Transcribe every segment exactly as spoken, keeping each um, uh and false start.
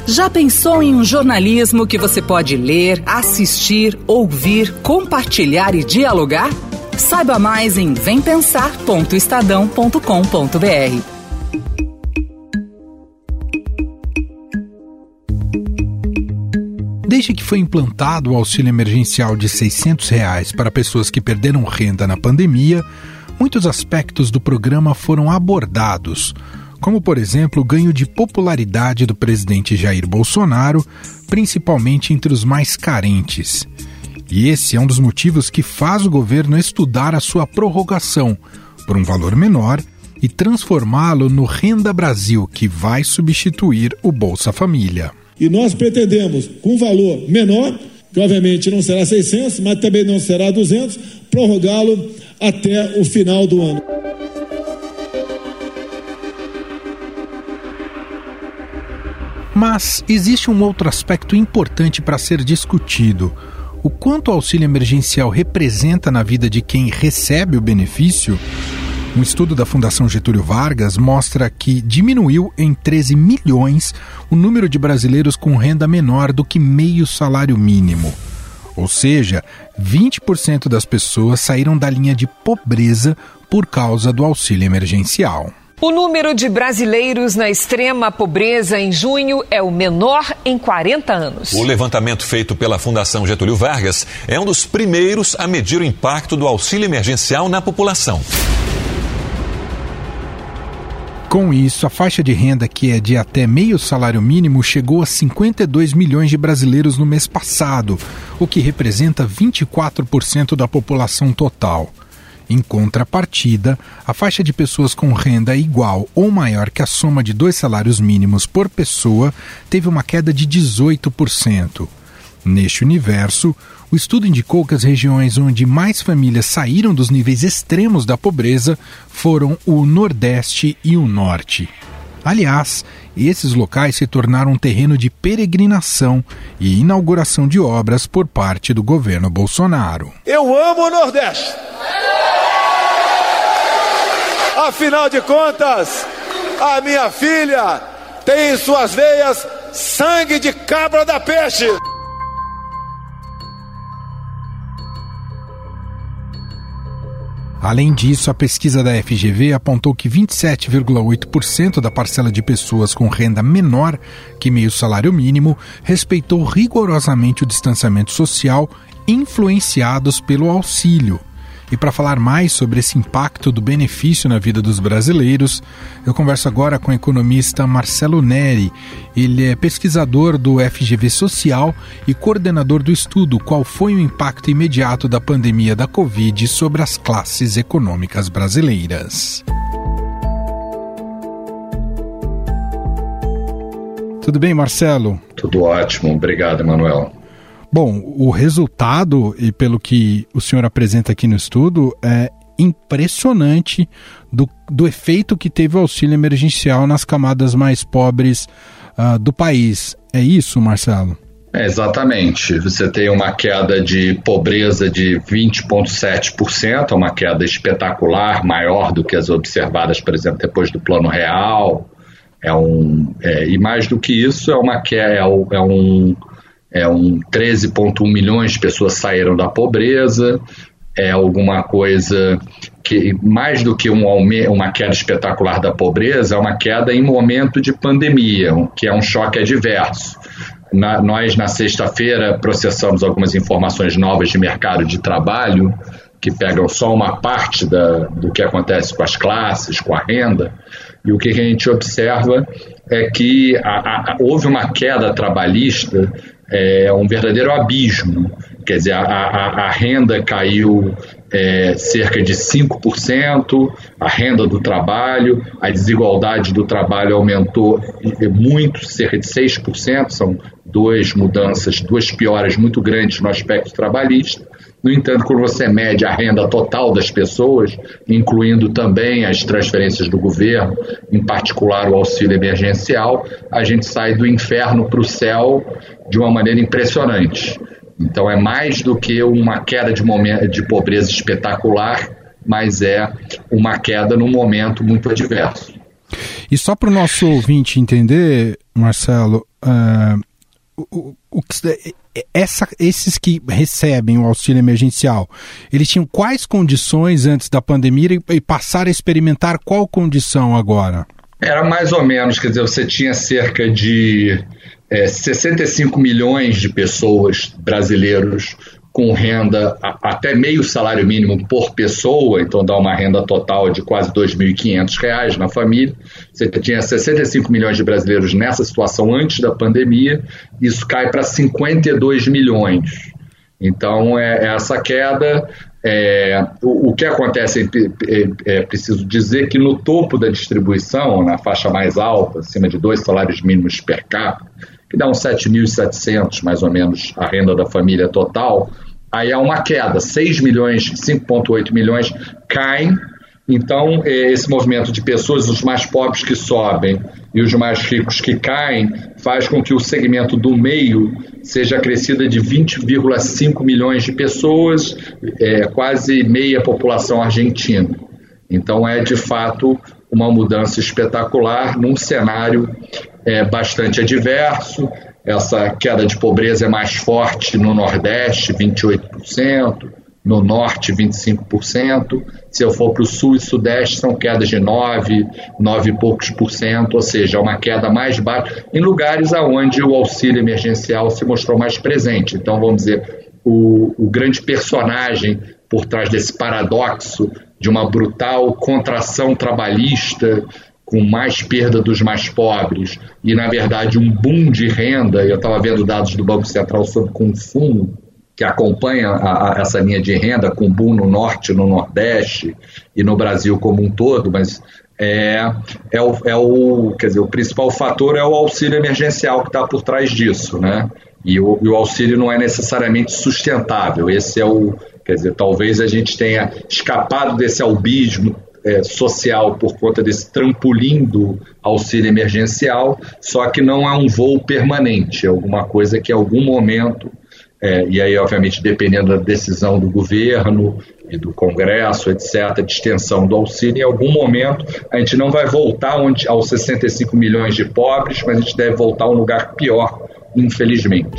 Já pensou em um jornalismo que você pode ler, assistir, ouvir, compartilhar e dialogar? Saiba mais em vem pensar ponto estadão ponto com ponto b r. Desde que foi implantado o auxílio emergencial de seiscentos reais para pessoas que perderam renda na pandemia, muitos aspectos do programa foram abordados, como, por exemplo, o ganho de popularidade do presidente Jair Bolsonaro, principalmente entre os mais carentes. E esse é um dos motivos que faz o governo estudar a sua prorrogação por um valor menor e transformá-lo no Renda Brasil, que vai substituir o Bolsa Família. E nós pretendemos, com um valor menor, que obviamente não será seiscentos, mas também não será duzentos, prorrogá-lo até o final do ano. Mas existe um outro aspecto importante para ser discutido: o quanto o auxílio emergencial representa na vida de quem recebe o benefício. Um estudo da Fundação Getúlio Vargas mostra que diminuiu em treze milhões o número de brasileiros com renda menor do que meio salário mínimo. Ou seja, vinte por cento das pessoas saíram da linha de pobreza por causa do auxílio emergencial. O número de brasileiros na extrema pobreza em junho é o menor em quarenta anos. O levantamento feito pela Fundação Getúlio Vargas é um dos primeiros a medir o impacto do auxílio emergencial na população. Com isso, a faixa de renda, que é de até meio salário mínimo, chegou a cinquenta e dois milhões de brasileiros no mês passado, o que representa vinte e quatro por cento da população total. Em contrapartida, a faixa de pessoas com renda igual ou maior que a soma de dois salários mínimos por pessoa teve uma queda de dezoito por cento. Neste universo, o estudo indicou que as regiões onde mais famílias saíram dos níveis extremos da pobreza foram o Nordeste e o Norte. Aliás, esses locais se tornaram um terreno de peregrinação e inauguração de obras por parte do governo Bolsonaro. Eu amo o Nordeste! Afinal de contas, a minha filha tem em suas veias sangue de cabra da peixe. Além disso, a pesquisa da F G V apontou que vinte e sete vírgula oito por cento da parcela de pessoas com renda menor que meio salário mínimo respeitou rigorosamente o distanciamento social, influenciados pelo auxílio. E para falar mais sobre esse impacto do benefício na vida dos brasileiros, eu converso agora com o economista Marcelo Neri. Ele é pesquisador do F G V Social e coordenador do estudo Qual foi o impacto imediato da pandemia da Covid sobre as classes econômicas brasileiras. Tudo bem, Marcelo? Tudo ótimo, obrigado, Manuel. Bom, o resultado, e pelo que o senhor apresenta aqui no estudo, é impressionante do, do efeito que teve o auxílio emergencial nas camadas mais pobres uh, do país. É isso, Marcelo? É, exatamente. Você tem uma queda de pobreza de vinte vírgula sete por cento, uma queda espetacular, maior do que as observadas, por exemplo, depois do Plano Real. É um, é, e mais do que isso, é, uma, é, é um... É um treze vírgula um milhões de pessoas saíram da pobreza, é alguma coisa que, mais do que um aume- uma queda espetacular da pobreza, é uma queda em momento de pandemia, que é um choque adverso. Na, nós, na sexta-feira, processamos algumas informações novas de mercado de trabalho, que pegam só uma parte da, do que acontece com as classes, com a renda, e o que a gente observa é que a, a, houve uma queda trabalhista, é um verdadeiro abismo. Quer dizer, a, a, a renda caiu é, cerca de cinco por cento, a renda do trabalho, a desigualdade do trabalho aumentou muito, cerca de seis por cento, são duas mudanças, duas pioras muito grandes no aspecto trabalhista. No entanto, quando você mede a renda total das pessoas, incluindo também as transferências do governo, em particular o auxílio emergencial, a gente sai do inferno para o céu de uma maneira impressionante. Então é mais do que uma queda de, momento, de pobreza espetacular, mas é uma queda num momento muito adverso. E só para o nosso ouvinte entender, Marcelo, uh, o, o, essa, esses que recebem o auxílio emergencial, eles tinham quais condições antes da pandemia e, e passaram a experimentar qual condição agora? Era mais ou menos, quer dizer, você tinha cerca de é, sessenta e cinco milhões de pessoas brasileiros com renda a, até meio salário mínimo por pessoa, então dá uma renda total de quase dois mil e quinhentos reais na família. Você tinha sessenta e cinco milhões de brasileiros nessa situação antes da pandemia, isso cai para cinquenta e dois milhões. Então, é, é essa queda. É, o, o que acontece, é, é, é preciso dizer que no topo da distribuição, na faixa mais alta, acima de dois salários mínimos per capita, que dá uns sete mil e setecentos, mais ou menos, a renda da família total, aí há uma queda, seis milhões, cinco vírgula oito milhões caem. Então, esse movimento de pessoas, os mais pobres que sobem e os mais ricos que caem, faz com que o segmento do meio seja acrescida de vinte vírgula cinco milhões de pessoas, é, quase meia população argentina. Então, é, de fato, uma mudança espetacular num cenário é, bastante adverso. Essa queda de pobreza é mais forte no Nordeste, vinte e oito por cento, no Norte, vinte e cinco por cento. Se eu for para o Sul e Sudeste, são quedas de nove, nove e poucos por cento, ou seja, uma queda mais baixa em lugares onde o auxílio emergencial se mostrou mais presente. Então, vamos dizer, o, o grande personagem por trás desse paradoxo de uma brutal contração trabalhista, com mais perda dos mais pobres e, na verdade, um boom de renda. Eu estava vendo dados do Banco Central sobre consumo, que acompanha a, a, essa linha de renda, com boom no Norte, no Nordeste e no Brasil como um todo, mas é, é, o, é o, quer dizer, o principal fator é o auxílio emergencial que está por trás disso, né? E o, e o auxílio não é necessariamente sustentável. Esse é o, quer dizer, talvez a gente tenha escapado desse albismo É, social por conta desse trampolim do auxílio emergencial, só que não é um voo permanente, é alguma coisa que em algum momento, é, e aí obviamente dependendo da decisão do governo e do Congresso, etcétera, de extensão do auxílio, em algum momento a gente não vai voltar onde, aos sessenta e cinco milhões de pobres, mas a gente deve voltar a um lugar pior, infelizmente.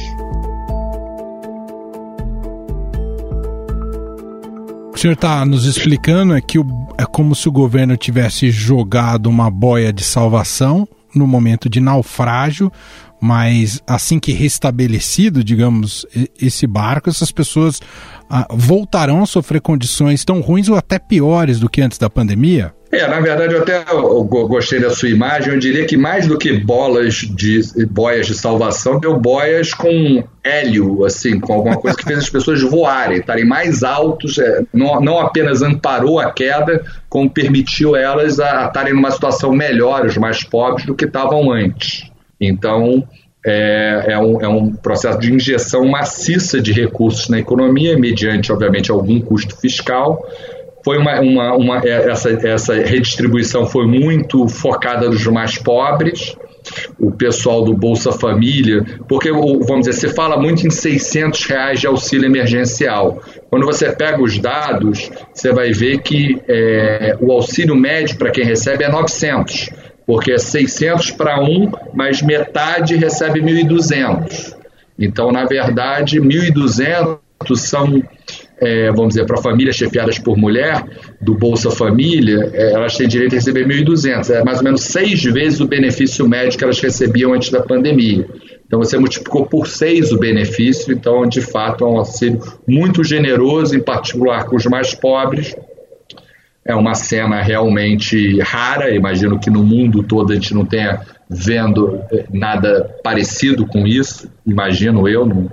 O senhor está nos explicando é que o, é como se o governo tivesse jogado uma boia de salvação no momento de naufrágio, mas assim que restabelecido, digamos, esse barco, essas pessoas ah, voltarão a sofrer condições tão ruins ou até piores do que antes da pandemia? É, na verdade, eu até eu gostei da sua imagem. Eu diria que mais do que bolas de boias de salvação, deu boias com hélio, assim, com alguma coisa que fez as pessoas voarem, estarem mais altos. É, não, não apenas amparou a queda, como permitiu elas a estarem numa situação melhor, os mais pobres, do que estavam antes. Então, é, é, um, é um processo de injeção maciça de recursos na economia, mediante, obviamente, algum custo fiscal. Foi uma, uma, uma, essa, essa redistribuição foi muito focada nos mais pobres, o pessoal do Bolsa Família, porque, vamos dizer, você fala muito em seiscentos reais de auxílio emergencial. Quando você pega os dados, você vai ver que é, o auxílio médio para quem recebe é novecentos, porque é seiscentos para um, mas metade recebe mil e duzentos. Então, na verdade, mil e duzentos são... É, vamos dizer, para famílias chefiadas por mulher, do Bolsa Família, é, elas têm direito a receber mil e duzentos, é mais ou menos seis vezes o benefício médio que elas recebiam antes da pandemia. Então você multiplicou por seis o benefício, então de fato é um auxílio muito generoso, em particular com os mais pobres. É uma cena realmente rara, imagino que no mundo todo a gente não tenha vendo nada parecido com isso, imagino eu, não.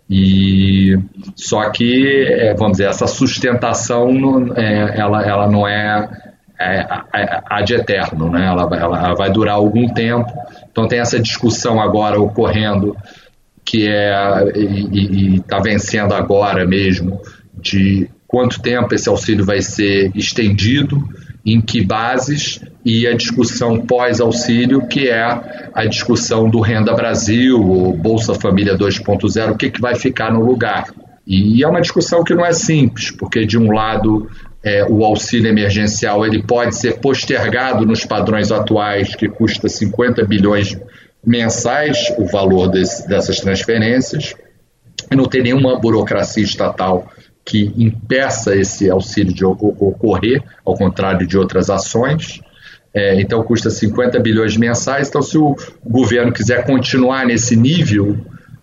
E só que, é, vamos dizer, essa sustentação não, é, ela, ela não é, é, é ad eterno, né? ela, ela, ela vai durar algum tempo. Então tem essa discussão agora ocorrendo, que é e está vencendo agora mesmo, de quanto tempo esse auxílio vai ser estendido, em que bases, e a discussão pós-auxílio, que é a discussão do Renda Brasil, ou Bolsa Família dois ponto zero, o que, que vai ficar no lugar. E é uma discussão que não é simples, porque de um lado é, o auxílio emergencial ele pode ser postergado nos padrões atuais, que custa cinquenta bilhões mensais o valor desse, dessas transferências e não tem nenhuma burocracia estatal que impeça esse auxílio de ocorrer, ao contrário de outras ações. É, então custa cinquenta bilhões mensais. Então, se o governo quiser continuar nesse nível,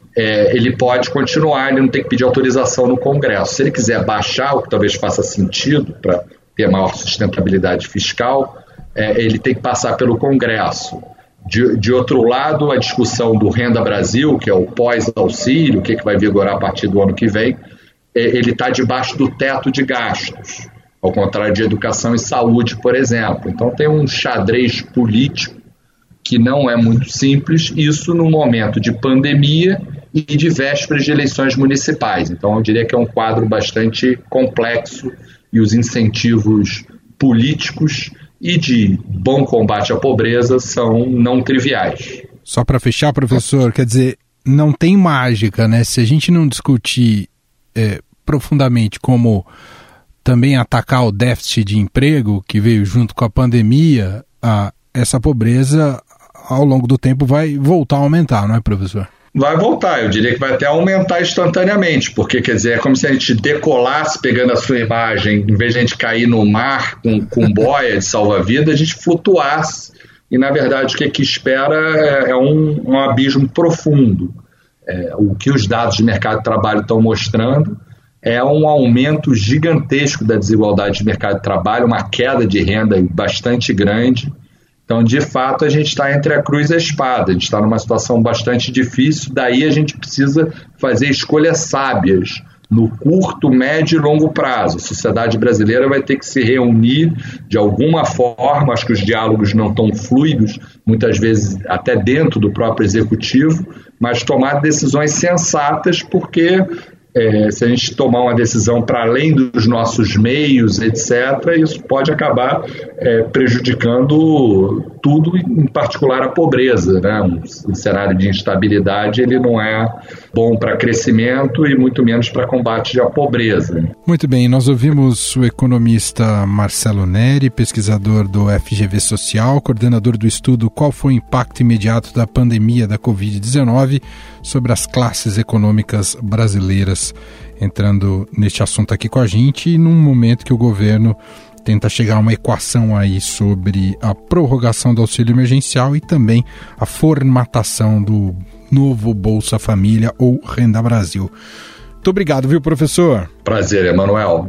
é, ele pode continuar, ele não tem que pedir autorização no Congresso. Se ele quiser baixar, o que talvez faça sentido para ter maior sustentabilidade fiscal, é, ele tem que passar pelo Congresso. De, de outro lado, a discussão do Renda Brasil, que é o pós-auxílio, o que, que vai vigorar a partir do ano que vem, é, ele está debaixo do teto de gastos, ao contrário de educação e saúde, por exemplo. Então tem um xadrez político que não é muito simples, isso no momento de pandemia e de vésperas de eleições municipais. Então eu diria que é um quadro bastante complexo e os incentivos políticos e de bom combate à pobreza são não triviais. Só para fechar, professor, quer dizer, não tem mágica, né? Se a gente não discutir é, profundamente como também atacar o déficit de emprego que veio junto com a pandemia, a, essa pobreza ao longo do tempo vai voltar a aumentar, não é, professor? Vai voltar, eu diria que vai até aumentar instantaneamente, porque, quer dizer, é como se a gente decolasse pegando a sua imagem, em vez de a gente cair no mar com, com boia de salva-vida, a gente flutuasse, e na verdade o que, que espera é, é um, um abismo profundo. É, o que os dados de mercado de trabalho estão mostrando é um aumento gigantesco da desigualdade de mercado de trabalho, uma queda de renda bastante grande. Então, de fato, a gente está entre a cruz e a espada, a gente está numa situação bastante difícil, daí a gente precisa fazer escolhas sábias no curto, médio e longo prazo. A sociedade brasileira vai ter que se reunir de alguma forma, acho que os diálogos não estão fluidos, muitas vezes até dentro do próprio executivo, mas tomar decisões sensatas, porque É, se a gente tomar uma decisão para além dos nossos meios, etcétera, isso pode acabar é, prejudicando tudo, em particular a pobreza, né? Um, um cenário de instabilidade ele não é bom para crescimento e muito menos para combate à pobreza. Muito bem, nós ouvimos o economista Marcelo Neri, pesquisador do F G V Social, coordenador do estudo Qual foi o impacto imediato da pandemia da covid dezenove sobre as classes econômicas brasileiras, entrando neste assunto aqui com a gente, num momento que o governo tenta chegar a uma equação aí sobre a prorrogação do auxílio emergencial e também a formatação do novo Bolsa Família ou Renda Brasil. Muito obrigado, viu, professor? Prazer, Emanuel.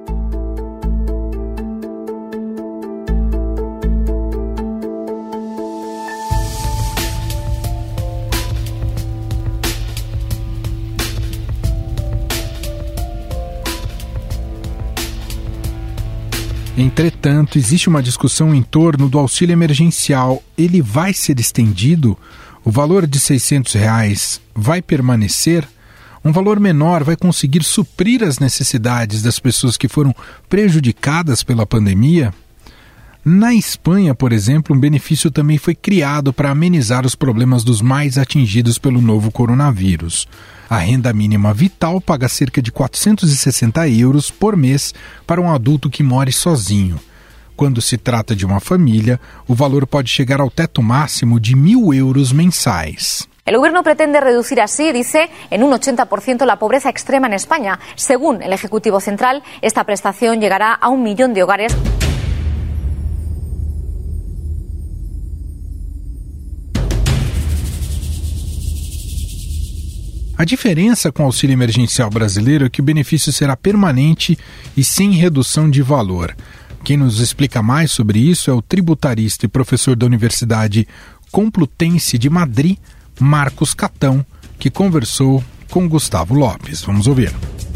Entretanto, existe uma discussão em torno do auxílio emergencial. Ele vai ser estendido? O valor de seiscentos reais vai permanecer? Um valor menor vai conseguir suprir as necessidades das pessoas que foram prejudicadas pela pandemia? Na Espanha, por exemplo, um benefício também foi criado para amenizar os problemas dos mais atingidos pelo novo coronavírus. A renda mínima vital paga cerca de quatrocentos e sessenta euros por mês para um adulto que more sozinho. Quando se trata de uma família, o valor pode chegar ao teto máximo de mil euros mensais. El gobierno pretende reducir así, dice, en un ochenta por ciento la pobreza extrema en España. Según el Ejecutivo Central, esta prestación llegará a un millón de hogares. A diferença com o auxílio emergencial brasileiro é que o benefício será permanente e sem redução de valor. Quem nos explica mais sobre isso é o tributarista e professor da Universidade Complutense de Madrid, Marcos Catão, que conversou com Gustavo Lopes. Vamos ouvir.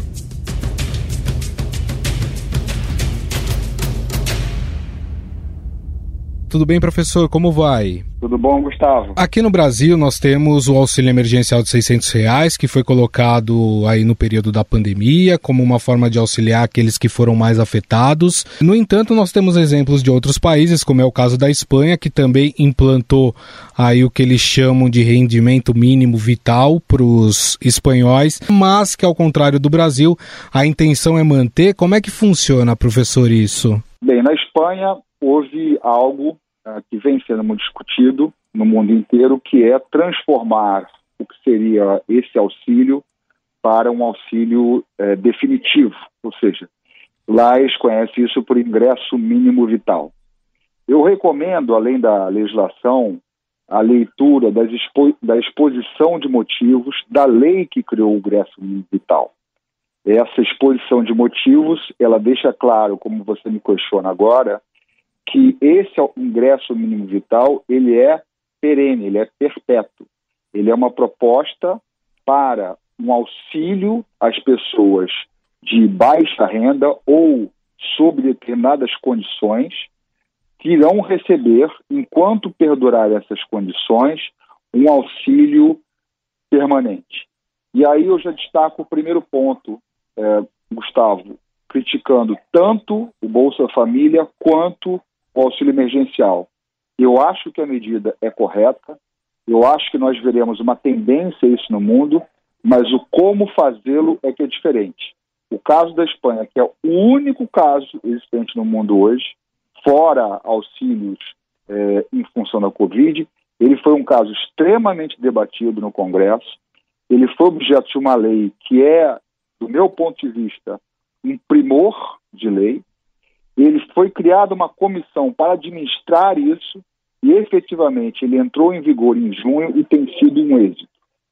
Tudo bem, professor? Como vai? Tudo bom, Gustavo? Aqui no Brasil nós temos o auxílio emergencial de seiscentos reais, que foi colocado aí no período da pandemia como uma forma de auxiliar aqueles que foram mais afetados. No entanto, nós temos exemplos de outros países, como é o caso da Espanha, que também implantou aí o que eles chamam de rendimento mínimo vital para os espanhóis, mas que ao contrário do Brasil, a intenção é manter. Como é que funciona, professor, isso? Bem, na Espanha houve algo que vem sendo muito discutido, no mundo inteiro, que é transformar o que seria esse auxílio para um auxílio é, definitivo, ou seja, lá eles conhecem isso por ingresso mínimo vital. Eu recomendo, além da legislação, a leitura das expo- da exposição de motivos da lei que criou o ingresso mínimo vital. Essa exposição de motivos, ela deixa claro, como você me questiona agora, que esse ingresso mínimo vital, ele é perene, ele é perpétuo. Ele é uma proposta para um auxílio às pessoas de baixa renda ou sob determinadas condições que irão receber, enquanto perdurarem essas condições, um auxílio permanente. E aí eu já destaco o primeiro ponto, é, Gustavo, criticando tanto o Bolsa Família quanto o auxílio emergencial. Eu acho que a medida é correta, eu acho que nós veremos uma tendência a isso no mundo, mas o como fazê-lo é que é diferente. O caso da Espanha, que é o único caso existente no mundo hoje, fora auxílios é, em função da Covid, ele foi um caso extremamente debatido no Congresso, ele foi objeto de uma lei que é, do meu ponto de vista, um primor de lei. Ele foi criada uma comissão para administrar isso e, efetivamente, ele entrou em vigor em junho e tem sido um êxito.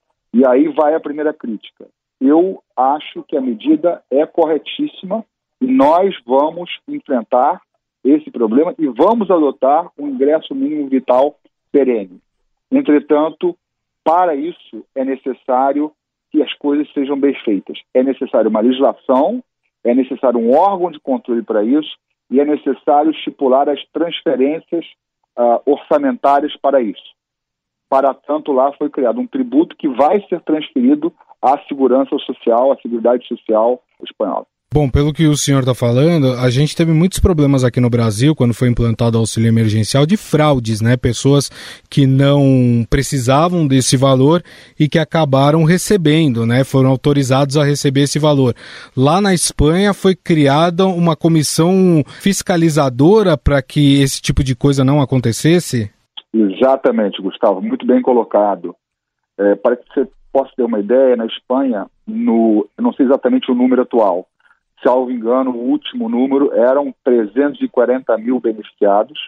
E aí vai a primeira crítica. Eu acho que a medida é corretíssima e nós vamos enfrentar esse problema e vamos adotar um ingresso mínimo vital perene. Entretanto, para isso é necessário que as coisas sejam bem feitas. É necessário uma legislação, é necessário um órgão de controle para isso e é necessário estipular as transferências uh, orçamentárias para isso. Para tanto, lá foi criado um tributo que vai ser transferido à segurança social, à Seguridade Social espanhola. Bom, pelo que o senhor está falando, a gente teve muitos problemas aqui no Brasil, quando foi implantado o auxílio emergencial, de fraudes, né? Pessoas que não precisavam desse valor e que acabaram recebendo, né? Foram autorizados a receber esse valor. Lá na Espanha foi criada uma comissão fiscalizadora para que esse tipo de coisa não acontecesse? Exatamente, Gustavo, muito bem colocado. É, para que você possa ter uma ideia, na Espanha, no, eu não sei exatamente o número atual, salvo engano, o último número eram trezentos e quarenta mil beneficiados,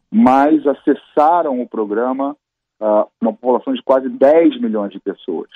mas acessaram o programa uh, uma população de quase dez milhões de pessoas.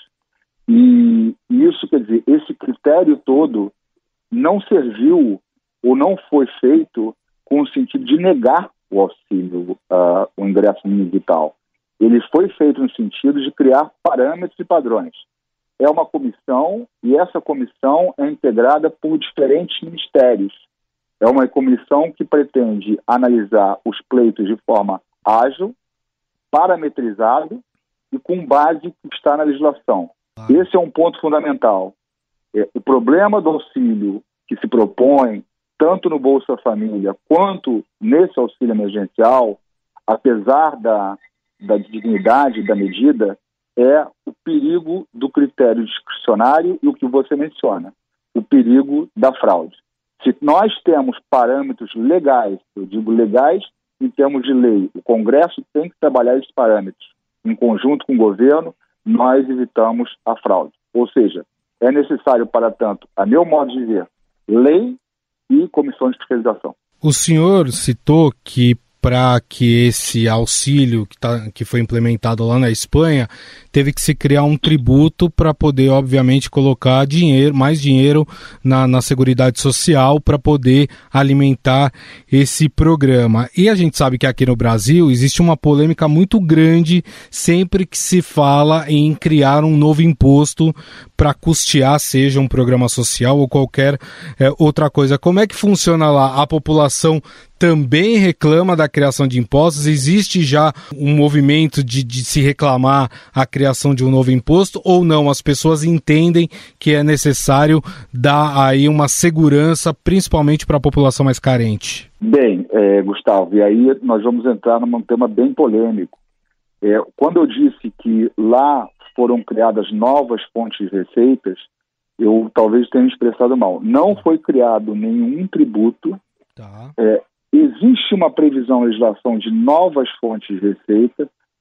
E isso, quer dizer, esse critério todo não serviu ou não foi feito com o sentido de negar o auxílio, uh, o ingresso mínimo vital. Ele foi feito no sentido de criar parâmetros e padrões. É uma comissão e essa comissão é integrada por diferentes ministérios. É uma comissão que pretende analisar os pleitos de forma ágil, parametrizada e com base que está na legislação. Ah. Esse é um ponto fundamental. É, o problema do auxílio que se propõe, tanto no Bolsa Família quanto nesse auxílio emergencial, apesar da, da dignidade da medida, é o perigo do critério discricionário e o que você menciona, o perigo da fraude. Se nós temos parâmetros legais, eu digo legais em termos de lei, o Congresso tem que trabalhar esses parâmetros. Em conjunto com o governo, nós evitamos a fraude. Ou seja, é necessário, para tanto, a meu modo de ver, lei e comissão de fiscalização. O senhor citou que para que esse auxílio que, tá, que foi implementado lá na Espanha, teve que se criar um tributo para poder, obviamente, colocar dinheiro, mais dinheiro na, na Seguridade Social para poder alimentar esse programa. E a gente sabe que aqui no Brasil existe uma polêmica muito grande sempre que se fala em criar um novo imposto para custear, seja um programa social ou qualquer é, outra coisa. Como é que funciona lá? A população também reclama da criação de impostos? Existe já um movimento de, de se reclamar a criação de um novo imposto ou não? As pessoas entendem que é necessário dar aí uma segurança, principalmente para a população mais carente? Bem, é, Gustavo, e aí nós vamos entrar num tema bem polêmico. É, quando eu disse que lá foram criadas novas fontes de receitas, eu talvez tenha me expressado mal. Não foi criado nenhum tributo. Tá. É, existe uma previsão na legislação de novas fontes de receita,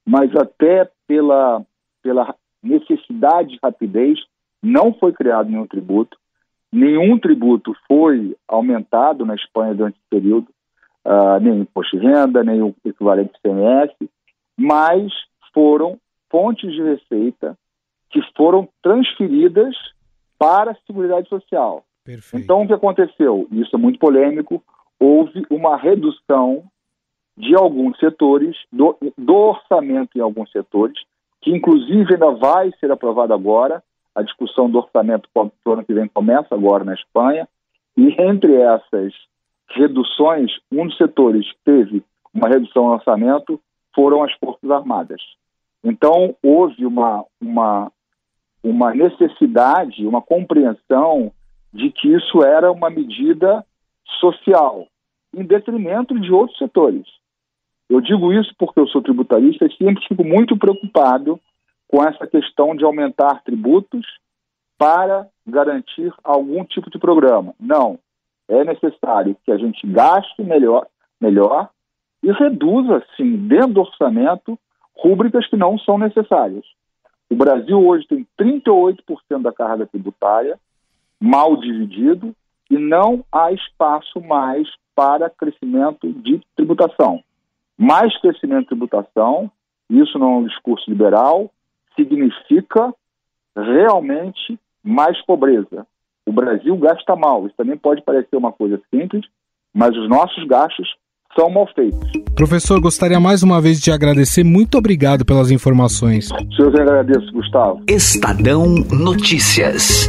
mas até pela, pela necessidade de rapidez, não foi criado nenhum tributo. Nenhum tributo foi aumentado na Espanha durante esse período, uh, nem o imposto de renda, nem o equivalente C M S, mas foram fontes de receita que foram transferidas para a Seguridade Social. Perfeito. Então, o que aconteceu? Isso é muito polêmico. Houve uma redução de alguns setores, do, do orçamento em alguns setores, que inclusive ainda vai ser aprovado agora. A discussão do orçamento para o ano que vem começa agora na Espanha. E entre essas reduções, um dos setores que teve uma redução no orçamento foram as Forças Armadas. Então, houve uma, uma, uma necessidade, uma compreensão de que isso era uma medida social, em detrimento de outros setores. Eu digo isso porque eu sou tributarista e sempre fico muito preocupado com essa questão de aumentar tributos para garantir algum tipo de programa. Não, é necessário que a gente gaste melhor, melhor e reduza, sim, dentro do orçamento, rúbricas que não são necessárias. O Brasil hoje tem trinta e oito por cento da carga tributária mal dividido e não há espaço mais para crescimento de tributação. Mais crescimento de tributação, isso não é um discurso liberal, significa realmente mais pobreza. O Brasil gasta mal, isso também pode parecer uma coisa simples, mas os nossos gastos são mal feitos. Professor, gostaria mais uma vez de agradecer. Muito obrigado pelas informações. Eu que agradeço, Gustavo. Estadão Notícias.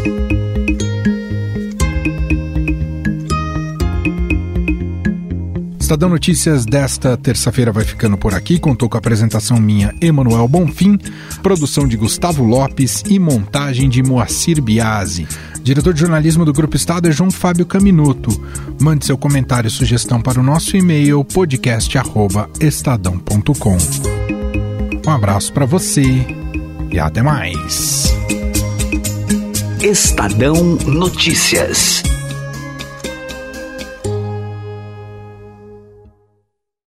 Estadão Notícias desta terça-feira vai ficando por aqui. Contou com a apresentação minha, Emanuel Bonfim, produção de Gustavo Lopes e montagem de Moacir Biasi. Diretor de jornalismo do Grupo Estado é João Fábio Caminuto. Mande seu comentário e sugestão para o nosso e-mail podcast arroba estadão ponto com. Um abraço para você e até mais. Estadão Notícias.